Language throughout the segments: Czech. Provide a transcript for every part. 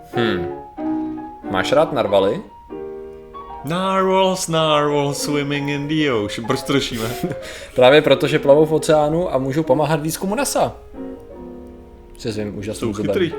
Máš rád narvaly? Narwhals swimming in the ocean. Proč to řešíme? Právě proto, že plavou v oceánu a můžou pomáhat výzkumu NASA. Se svým úžasným zubem. Chytrý.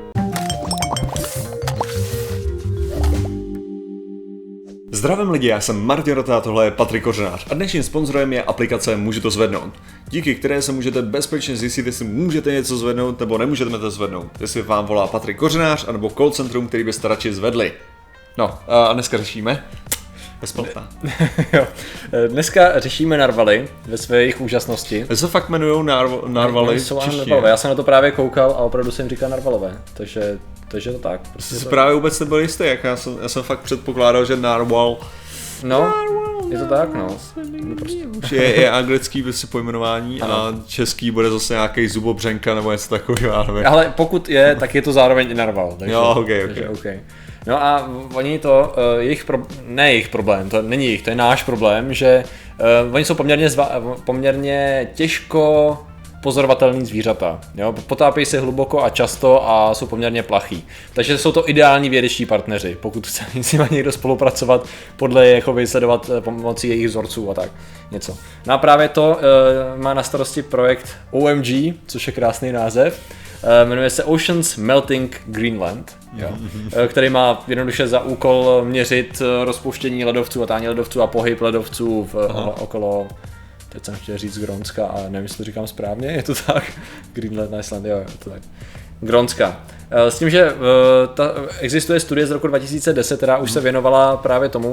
Zdravím lidi, já jsem Martin Rota a tohle je Patrik Kořenář a dnešním sponzorem je aplikace Můžu to zvednout, díky které se můžete bezpečně zjistit, jestli můžete něco zvednout nebo nemůžete to zvednout, jestli vám volá Patrik Kořenář anebo call centrum, který byste radši zvedli. No a dneska řešíme bezplatná. Jo. Dneska řešíme narvaly ve své jejich úžasnosti. Se fakt jmenujou narvaly Jsou narvalové. Já jsem na to právě koukal a opravdu jsem říkal narvalové, takže to tak. Prostě jsi právě vůbec nebyl jistý, jak já jsem fakt předpokládal, že narwhal. No, je to tak, no. Prostě je anglický prostě pojmenování a český bude zase nějaký zubobřenka nebo něco takového, já nevím. Ale pokud je, tak je to zároveň i narval. Takže, jo, okay. No a oni to, jejich problém, to není jejich, to je náš problém, že oni jsou poměrně těžko pozorovatelný zvířata. Jo? Potápějí se hluboko a často a jsou poměrně plachý. Takže jsou to ideální vědeční partneři, pokud chce s nimi někdo spolupracovat, podle jako vysledovat pomocí jejich vzorců a tak něco. No a právě to má na starosti projekt OMG, což je krásný název. Jmenuje se Oceans Melting Greenland, jo, který má jednoduše za úkol měřit rozpuštění ledovců a tání ledovců a pohyb ledovců okolo, teď jsem chtěl říct Grónska, ale nevím, jestli to říkám správně, je to tak? Greenland, Iceland, jo, je to tak. Grónska. S tím, že existuje studie z roku 2010, která už se věnovala právě tomu,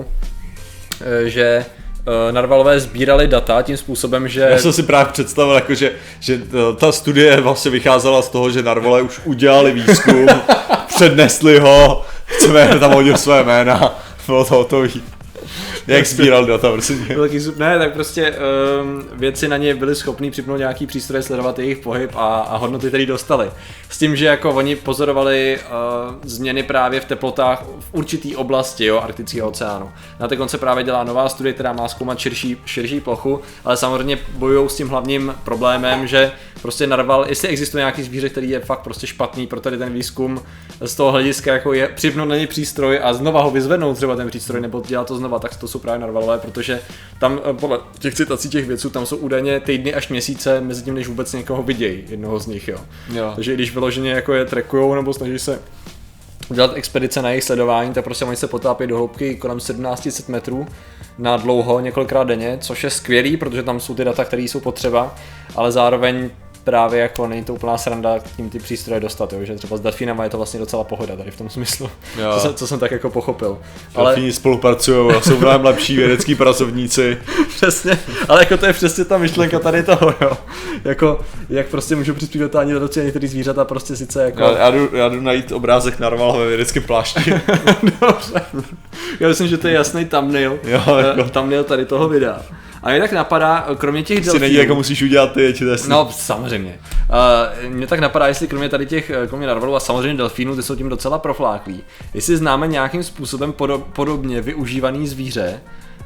že narvalové sbírali data tím způsobem, že... Já jsem si právě představil, jako, že ta studie vlastně vycházela z toho, že narvalé už udělali výzkum, přednesli ho, chceme tam hodit své jména, bylo to hotový. Jak sbíral data, prosím. Ne, tak prostě vědci na ně byli schopní připnout nějaký přístroje, sledovat jejich pohyb a hodnoty, které dostali. S tím, že jako oni pozorovali změny právě v teplotách v určitý oblasti, jo, Arktického oceánu. Na té konce právě dělá nová studie, která má zkoumat širší plochu, ale samozřejmě bojují s tím hlavním problémem, že prostě narval, jestli existuje nějaký zvíře, který je fakt prostě špatný pro tady ten výzkum, z toho hlediska jako je připnout na něj přístroj a znova ho vyzvednout třeba ten přístroj nebo dělat to znova, tak to jsou právě narvalové, protože tam podle těch citací těch vědců tam jsou údajně týdny až měsíce mezi tím, než vůbec někoho vidějí, jednoho z nich, jo. Takže když vyloženě jako je trackujou nebo snaží se dělat expedice na jejich sledování, tak prostě oni se potápí do hloubky kolem 1700 metrů na dlouho, několikrát denně, což je skvělý, protože tam jsou ty data, které jsou potřeba, ale zároveň právě jako není to úplná sranda tím ty přístroje dostat, jo? Že třeba s delfínama je to vlastně docela pohoda tady v tom smyslu, co jsem tak jako pochopil. Delfíni spolupracují a jsou mnohem lepší vědecký pracovníci. Přesně, ale jako to je přesně ta myšlenka tady toho, jo. Jako, jak prostě můžu přispívat ani ledovci a některý zvířata prostě sice jako... Já jdu najít obrázek narvala ve vědeckém plášti. Dobře. Já myslím, že to je jasný thumbnail, thumbnail tady toho videa. A mě tak napadá, kromě těch delfínů... Si jako musíš udělat ty testy. No, samozřejmě. Mě tak napadá, jestli kromě tady těch, kromě narvalů a samozřejmě delfínů, ty jsou tím docela profláklí, jestli známe nějakým způsobem podobně využívaný zvíře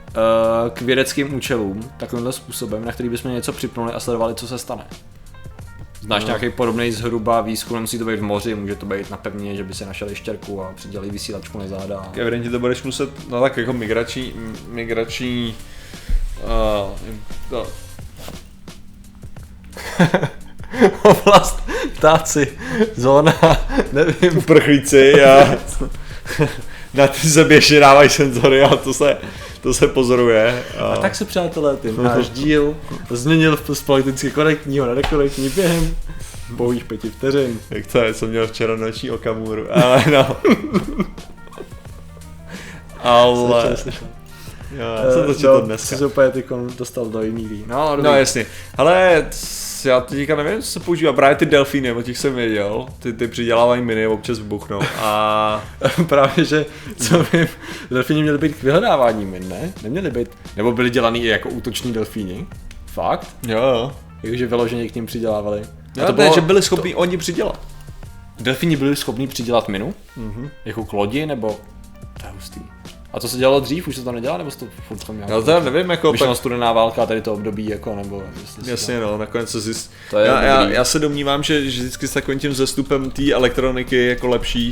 k vědeckým účelům, takovýmhle způsobem, na který bychom něco připnuli a sledovali, co se stane. Znáš nějaký podobný zhruba výzkum, nemusí to být v moři, může to být na pevnině, že by se našeli štěrku a přidělali vysílačku na záda. Evidentně to budeš muset, no tak jako migrační Oblast, ptáci, zóna, nevím. Uprchlíci a na ty se běžně dávají senzory a to se pozoruje. A tak se, přátelé, ten náš díl změnil z politicky korektního na nekorektní během pouhých 5 vteřin. Jak to je, jsem měl včera noční Okamuru, ale no. Ale... Já jsem to četl dneska. Jsi úplně dostal do jiný. No jasně. Ale já teďka nevím, co se používá. Právě ty delfíny, o těch jsem věděl. Ty přidělávají miny, občas vybuchnou. A právě, že co vím, delfíni měly být k vyhledávání min, ne? Neměly být. Nebo byly dělaný i jako útoční delfíni. Fakt? Jo. Jakože vyloženě k ním přidělávali. A to bylo, že byli schopni oni přidělat. Delfíni byli schopni přidělat minu? Jako k lodi, nebo... To je hustý. A to se dělalo dřív, už se to nedělá, nebo se to furt tam nějak... Já to nevím, jako... Myšlená studená válka, tady to období, jako, nebo... Jasně, no, nakonec se já se domnívám, že vždycky s takovým tím zestupem té elektroniky jako lepší,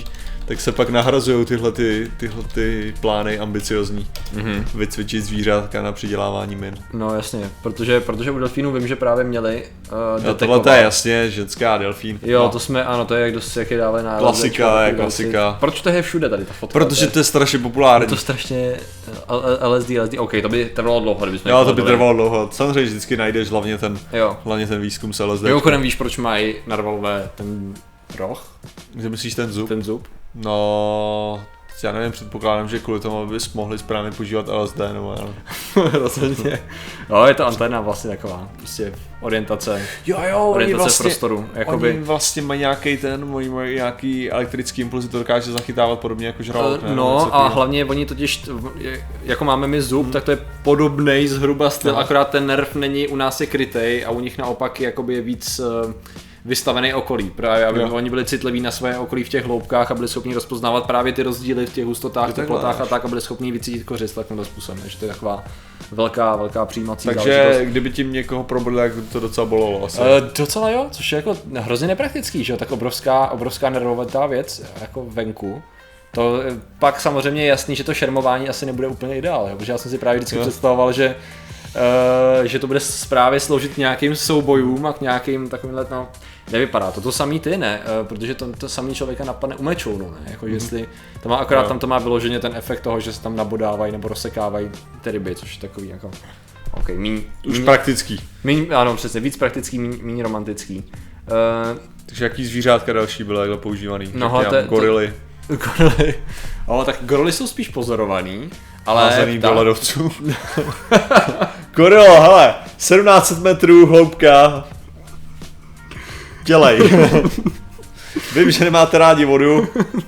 tak se pak nahrazují tyhle ty plány ambiciozní. Vycvičit zvířátka na přidělávání min. No jasně, protože u delfínů vím, že právě měli detekovat. Tohle to je jasně, ženská delfín. Jo, no. to jsme, ano, to je jak dost, jak je dávají na Klasika. Proč to je všude tady ta fotka? Protože to je strašně populární. Je to strašně LSD, OK, to by trvalo dlouho, kdybychom... Jo, to by trvalo dlouho. Samozřejmě vždycky najdeš hlavně ten výzkum s LSD. Mimochodem víš, proč mají narvalové ten roh? Kde myslíš ten zub? Ten zub? No, já nevím, předpokládám, že kvůli tomu bys mohli správně používat LSD, nebo já rozhodně. No, je to anténa vlastně taková, prostě orientace. Orientace v prostoru. Jakoby... Oni vlastně mají nějaký elektrický impuls, to dokáže zachytávat podobně jako žralok. No a hlavně oni totiž, jako máme my zub, tak to je podobnej zhruba styl, akorát ten nerv není u nás je krytej a u nich naopak je víc vystavený okolí, právě aby oni byli citliví na své okolí v těch hloubkách a byli schopni rozpoznávat právě ty rozdíly v těch hustotách, teplotách a tak a byli schopni vycítit kořist takovým způsobem, že to je taková velká přijímací záležitost. Takže kdyby tím někoho probudil, tak to docela bolelo asi. Docela jo, což je jako hrozně nepraktický, že jo, tak obrovská nervovatá věc jako venku. To pak samozřejmě je jasný, že to šermování asi nebude úplně ideál, jo, protože já jsem si právě vždycky představoval, že to bude právě sloužit k nějakým soubojům a k nějakým takovýmhle, no, nevypadá to samý ty, ne, protože to samý člověka napadne u mečounu, ne, jako jestli, to má akorát tam to má vyloženě ten efekt toho, že se tam nabodávají nebo rozsekávají ty ryby, což je takový jako, ok, už praktický. Ano, přesně, víc praktický, méně romantický. Takže jaký zvířátka další byly takhle používaný? No, gorily. Tak gorily jsou spíš pozorovaný, ale... Házený do ledovců. Gorilo, hele, 1700 metrů hloubka. Dělej. Vím, že nemáte rádi vodu.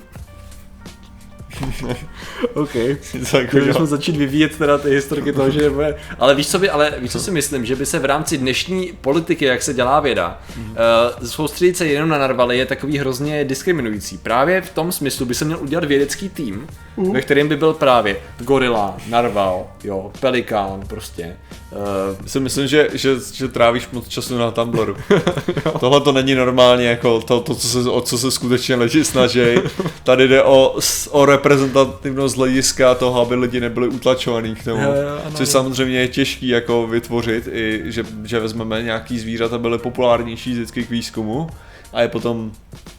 OK, můžeme začít vyvíjet teda ty historky toho, že bude... Ale víš, co si myslím, že by se v rámci dnešní politiky, jak se dělá věda, soustředit se jenom na narvaly je takový hrozně diskriminující. Právě v tom smyslu by se měl udělat vědecký tým, ve kterém by byl právě gorila, narval, pelikán, prostě. Myslím, že trávíš moc času na Tumblru. Tohle to není normálně jako to o co se skutečně lidi snaží. Tady jde o reprezentativnost hlediska toho, aby lidi nebyli utlačovaní k tomu. Což samozřejmě je těžký jako vytvořit, i že vezmeme nějaký zvířata, byly populárnější vždycky k výzkumu a je potom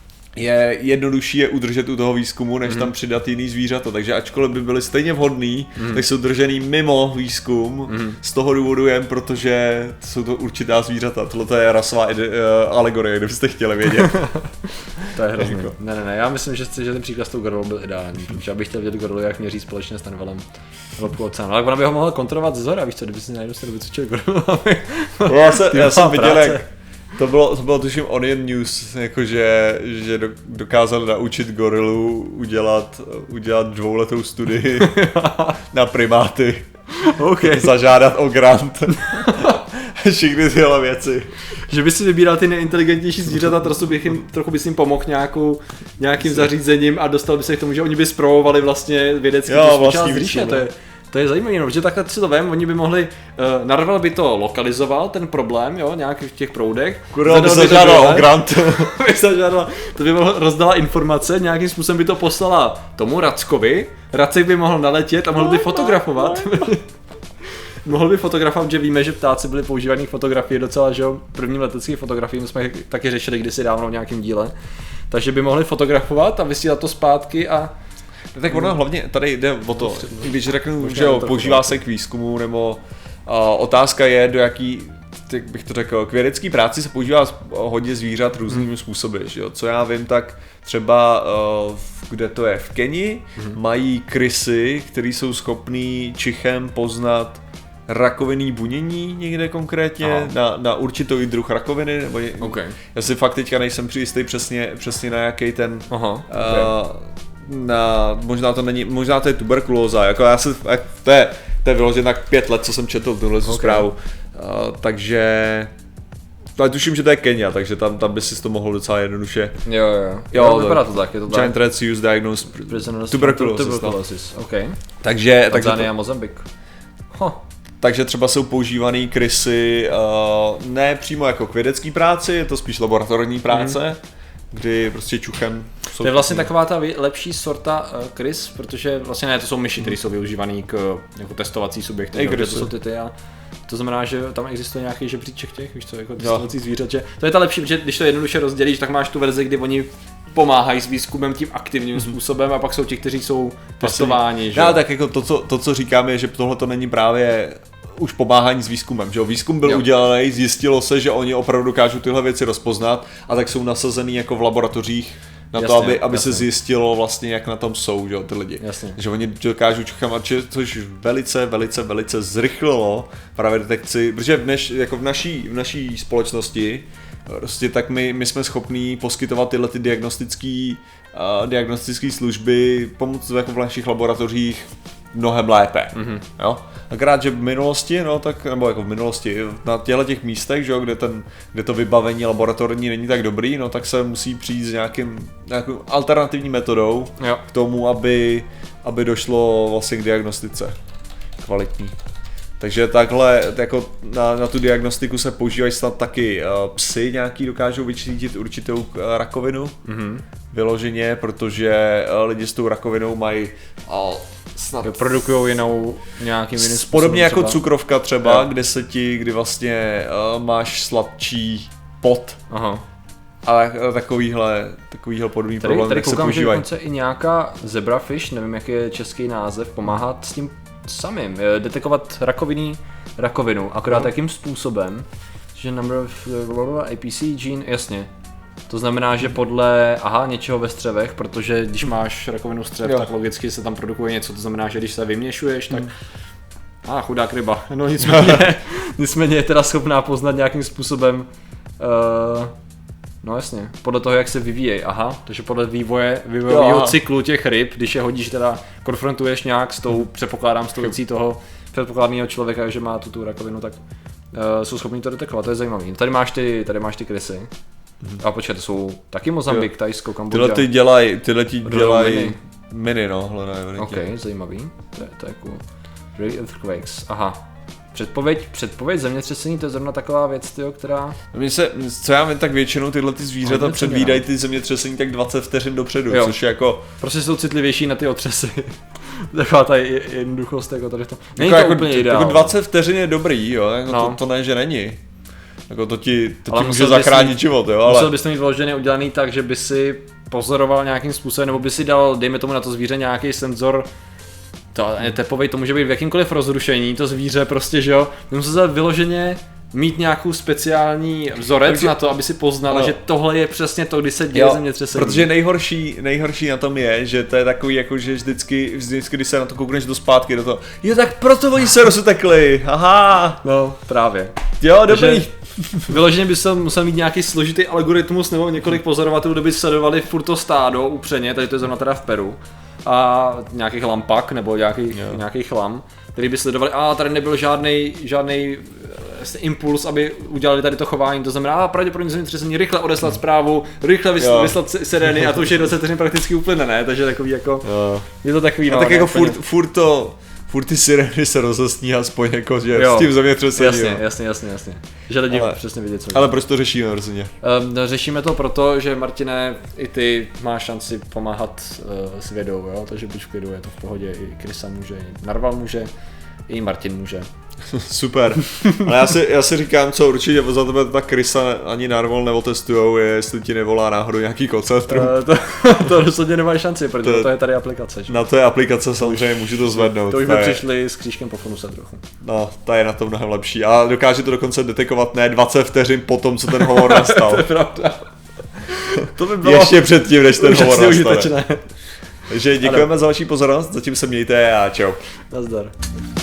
je jednodušší je udržet u toho výzkumu, než tam přidat jiný zvířata, takže ačkoliv by byly stejně vhodný, tak jsou držený mimo výzkum, z toho důvodu jen protože jsou to určitá zvířata. Tohle je rasová alegorie, kdybyste chtěli vědět. To je hrozný. Ne, já myslím, že ten příklad s tou gorilou byl ideální, protože já bych chtěl vidět gorilu, jak měří společně s narvalem hloubku oceánu. Ale ona by ho mohla kontrolovat ze zhora, víš co, kdyby si najednou se vycvičil gorilu. Já jsem viděl, jak to bylo tuším Onion News, jakože dokázal naučit gorilu udělat 2letou studii na primáty. Okay. Zažádat o grant. Všechny tyhle věci. Že by si vybíral ty nejinteligentnější zvířata, trochu bys jim pomohl nějakým zařízením a dostal by se k tomu, že oni by zpravovali vlastně vědecký výzkum. To je zajímavé, protože takhle si to vem, oni by mohli, narval by to lokalizoval, ten problém, nějak v těch proudech. Kurva by zažádal o grant. To by rozdala informace, nějakým způsobem by to poslala tomu Rackovi, Racek by mohl naletět a mohl by fotografovat. Mohl by fotografovat, že víme, že ptáci byly používaný k fotografii docela, že jo, první letecký fotografii, my jsme taky řešili kdysi dávno v nějakém díle. Takže by mohli fotografovat a vysílat to zpátky a... Tak ono hlavně tady jde o to, když řeknu, že jo, používá se k výzkumu, nebo otázka je, do jaký, jak bych to řekl, k vědecké práci se používá hodně zvířat různými způsoby, že jo. Co já vím, tak třeba, kde to je, v Keni mají krysy, které jsou schopný čichem poznat rakovinný bunění někde konkrétně, na určitý druh rakoviny, nebo já si fakt teďka nejsem jistý přesně na jaký ten... možná to je tuberkulóza, jako to je vyložené tak 5 let, co jsem četl tuhle zprávu, takže ale tuším, že to je Kenya, takže tam by si to mohl docela jednoduše. Jo, vypadá to tak, je to tak. Giant rats use diagnose tuberculosis. Takže Tanzania, Mozambik. Takže třeba jsou používaný krysy ne přímo jako k vědecký práci, je to spíš laboratorní práce. kdy prostě čuchem to je vlastně taková ta lepší sorta krys, protože vlastně ne, to jsou myši, které jsou využívaný jako testovací subjekty, to jsou ty a to znamená, že tam existuje nějaký žebříček těch, víš co, jako testovací zvířače. To je ta lepší, protože když to jednoduše rozdělíš, tak máš tu verzi, kdy oni pomáhají s výzkumem tím aktivním způsobem a pak jsou ti, kteří jsou testováni. Že? Tak jako to, co říkám, je, že tohle to není právě už pomáhání s výzkumem, že jo? Výzkum byl udělaný, zjistilo se, že oni opravdu dokážou tyhle věci rozpoznat a tak jsou nasazený jako v laboratořích na to, aby se zjistilo vlastně, jak na tom jsou, že jo, ty lidi. Jasně. Že oni dokážou čuchamat, což velice zrychlilo právě detekci, protože jako v naší společnosti prostě tak my jsme schopní poskytovat tyhle ty diagnostické služby, pomoct jako v našich laboratořích mnohem lépe. Jo? Akorát, že v minulosti, nebo jako v minulosti, na těch místech, že jo, kde to vybavení laboratorní není tak dobrý, tak se musí přijít s nějakou alternativní metodou k tomu, aby došlo vlastně k diagnostice kvalitní. Takže takhle jako na tu diagnostiku se používají snad taky psy nějaký dokážou vyčítit určitou rakovinu vyloženě, protože lidi s tou rakovinou mají snad produkují jinou nějakým jiným způsobem. Podobně jako cukrovka třeba, kdy vlastně máš sladčí pot. Aha. Ale takovýhle podobný problém, tady jak se koukám, že používají. dokonce i nějaká zebrafish, nevím jak je český název, pomáhá s tím samým, detekovat rakovinu, akorát jakým způsobem, že number of APC gene, jasně. To znamená, že podle něčeho ve střevech, protože když máš rakovinu střev, tak logicky se tam produkuje něco, to znamená, že když se vyměšuješ, tak chudák ryba, no nicméně je teda schopná poznat nějakým způsobem, no jasně, podle toho, jak se vyvíjejí, takže podle vývojového cyklu těch ryb, když je hodíš teda, konfrontuješ nějak s tou, předpokládám s tou věcí toho předpokládaného člověka, že má tu rakovinu, tak jsou schopní to detekovat, to je zajímavý. Tady máš ty krysy. A počkej, to jsou taky Mozambik, Thajsko, Kambodža. Tyhle dělají mini, Ok, zajímavý, to je cool. Ray earthquakes, Předpověď zemětřesení, to je zrovna taková věc, která... Co já vím, tak většinou tyhle ty zvířata předvídají ty zemětřesení tak 20 vteřin dopředu, což je jako... Prostě jsou citlivější na ty otřesy. Taková ta jednoduchost, jako tady to. Není to úplně ideál. Jako 20 vteřin je dobrý, jo, jako to ne, že není. Jako to ti může zachránit život, jo, ale... Musel bys to mít vloženě udělaný tak, že by si pozoroval nějakým způsobem, nebo by si dal, dejme tomu na to zvíře nějaký senzor, tepovej, to může být v jakýmkoliv rozrušení, to zvíře prostě, že jo, musel vyloženě mít nějakou speciální vzorec na to, aby si poznal, že tohle je přesně to, kdy se děje zemětřesení. Protože nejhorší na tom je, že to je takový, jako že vždycky, když se na to koukneš do zpátky, do toho, tak proto oni se roztekli, No, právě. Jo, dobrý. Vyloženě by se musel mít nějaký složitý algoritmus nebo několik pozorovatelů, kdo by sledovali furt to stádo upřeně, tady to je zrovna teda v Peru, a nějakých lampak nebo nějaký chlam, který by sledovali, tady nebyl žádný impuls, aby udělali tady to chování, to znamená, pravděpodobně zemětřesení, rychle odeslat zprávu, rychle vyslat sirény a to už je 20 vteřin prakticky uplyne, ne? Takže takový jako, je to takový, tak jako furt ty sirény se rozesní aspoň jako, že s tím zemětřesením. Jasně. Že lidi přesně vědí, co. Ale proč to řešíme, rozhodně? Řešíme to proto, že Martine, i ty máš šanci pomáhat s vědou, jo? Takže buď v klidu, je to v pohodě, i Krysa může, i Narval může, i Martin může. Super, ale já si říkám, co určitě za tebe ta Krysa ani Narval neotestujou, jestli ti nevolá náhodou nějaký koncentrum. To rozhodně nemá šanci, protože to je tady aplikace. Že? Na to je aplikace, samozřejmě můžu to zvednout. To už jsme přišli s křížkem po funuse trochu. No, ta je na tom mnohem lepší a dokáže to dokonce detekovat ne 20 vteřin po tom, co ten hovor nastal. To je pravda. To by bylo ještě předtím, než ten hovor nastane. Užitečné. Takže děkujeme za vaši pozornost, zatím se mějte a čau. Nazdar.